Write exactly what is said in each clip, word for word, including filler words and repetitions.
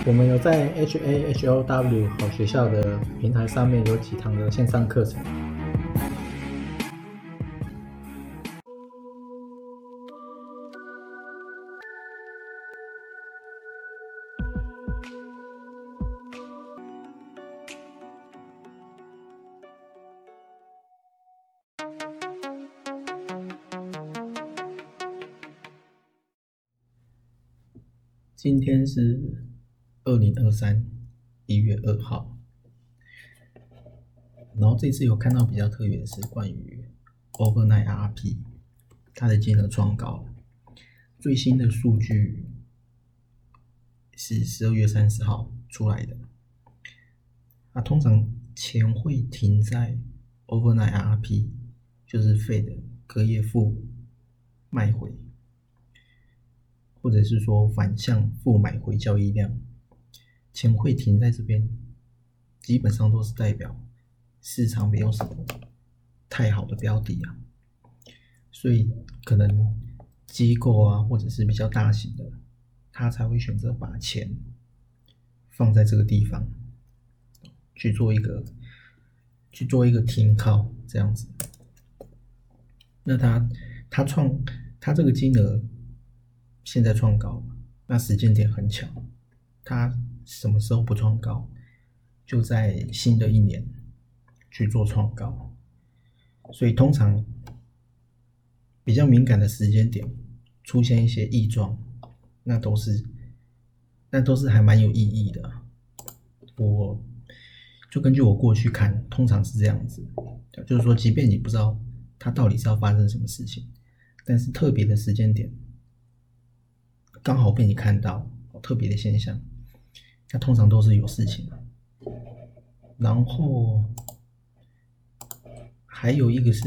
我们有在 H A H O W 好学校的平台上面有几堂的线上课程。今天是二零二三一月二号，然后这次有看到比较特别的是关于 Overnight R P， 它的金额创高，最新的数据是十二月三十号出来的。那通常钱会停在 Overnight R P， 就是 Fed 隔夜负卖回，或者是说反向负买回交易量，钱会停在这边，基本上都是代表市场没有什么太好的标的啊，所以可能机构啊，或者是比较大型的，他才会选择把钱放在这个地方，去做一个去做一个停靠这样子。那他他创他这个金额现在创高，那时间点很巧，它什么时候不创高？就在新的一年去做创高，所以通常比较敏感的时间点出现一些异状，那都是那都是还蛮有意义的。我就根据我过去看，通常是这样子，就是说，即便你不知道它到底是要发生什么事情，但是特别的时间点刚好被你看到特别的现象，那通常都是有事情。然后还有一个是，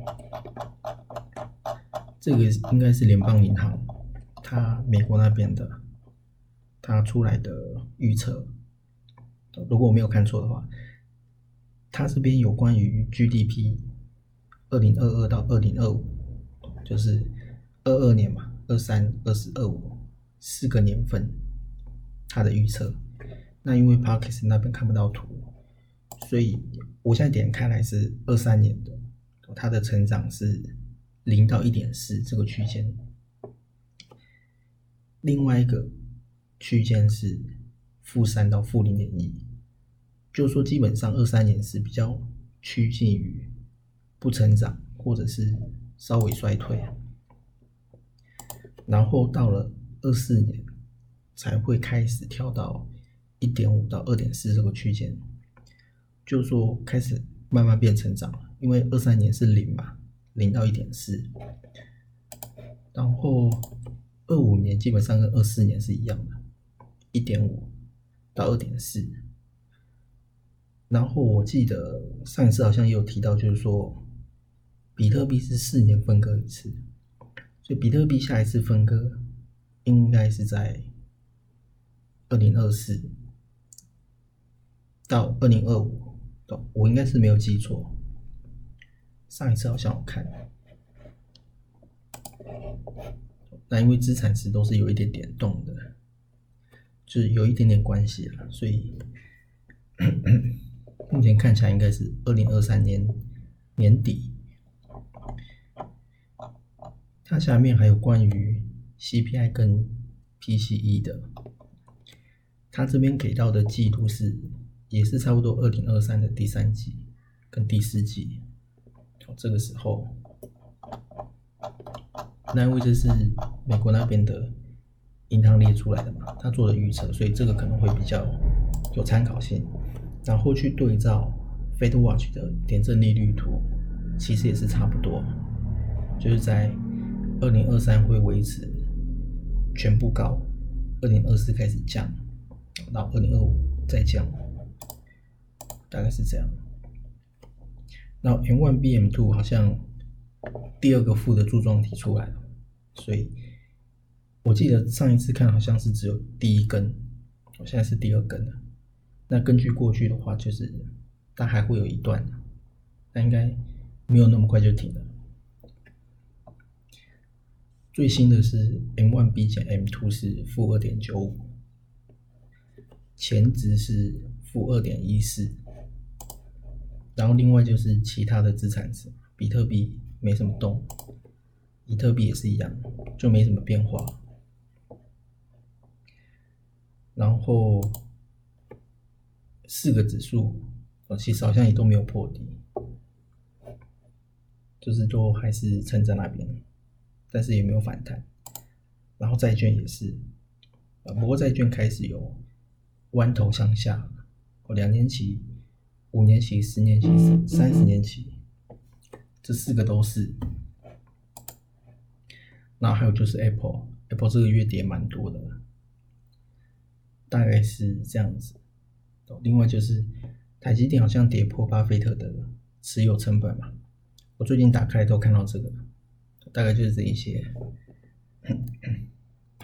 这个应该是联邦银行，它美国那边的，它出来的预测，如果我没有看错的话，它这边有关于 G D P 二零二二到二零二五，就是二二年嘛，二三、二四、二五四个年份，它的预测。那因为 Parkes 那边看不到图，所以我现在点开来是二三年的，它的成长是零到一点四这个区间。另外一个区间是负三到负零点一，就是说基本上二三年是比较趋近于不成长，或者是稍微衰退。然后到了二四年才会开始跳到 一点五 到 二点四 这个区间，就是说开始慢慢变成长了，因为二三年是零嘛，零到 一点四， 然后二五年基本上跟二四年是一样的， 一点五 到 二点四。 然后我记得上一次好像也有提到，就是说比特币是四年分割一次，所以比特币下一次分割应该是在二零二四到二零二五，我应该是没有记错，上一次好像我看，那因为资产值都是有一点点动的，就是有一点点关系啦，所以目前看起来应该是二零二三年年底。它下面还有关于 C P I 跟 P C E 的，它这边给到的季度是也是差不多二零二三的第三季跟第四季，这个时候，那因为这是美国那边的银行列出来的嘛，他做的预测，所以这个可能会比较有参考性。然后去对照 FedWatch 的点阵利率图，其实也是差不多，就是在二零二三会维持全部高，二零二四开始降，到二零二五再降，大概是这样。然后 M 一 B M 二 好像第二个负的柱状体出来了，所以我记得上一次看好像是只有第一根，我现在是第二根了。那根据过去的话，就是它还会有一段，那应该没有那么快就停了。最新的是 M 一 B 减 M 二 是负 二点九五， 前值是负二点一四，然后另外就是其他的资产值，比特币没什么动，比特币也是一样，就没什么变化。然后四个指数，其实好像也都没有破底，就是都还是撑在那边，但是也没有反弹。然后债券也是，不过债券开始有弯头向下，两年期、五年期、十年期、三十年期，这四个都是。那还有就是 Apple，Apple 这个月跌蛮多的，大概是这样子。另外就是台积电好像跌破巴菲特的持有成本嘛，我最近打开都看到这个，大概就是这一些。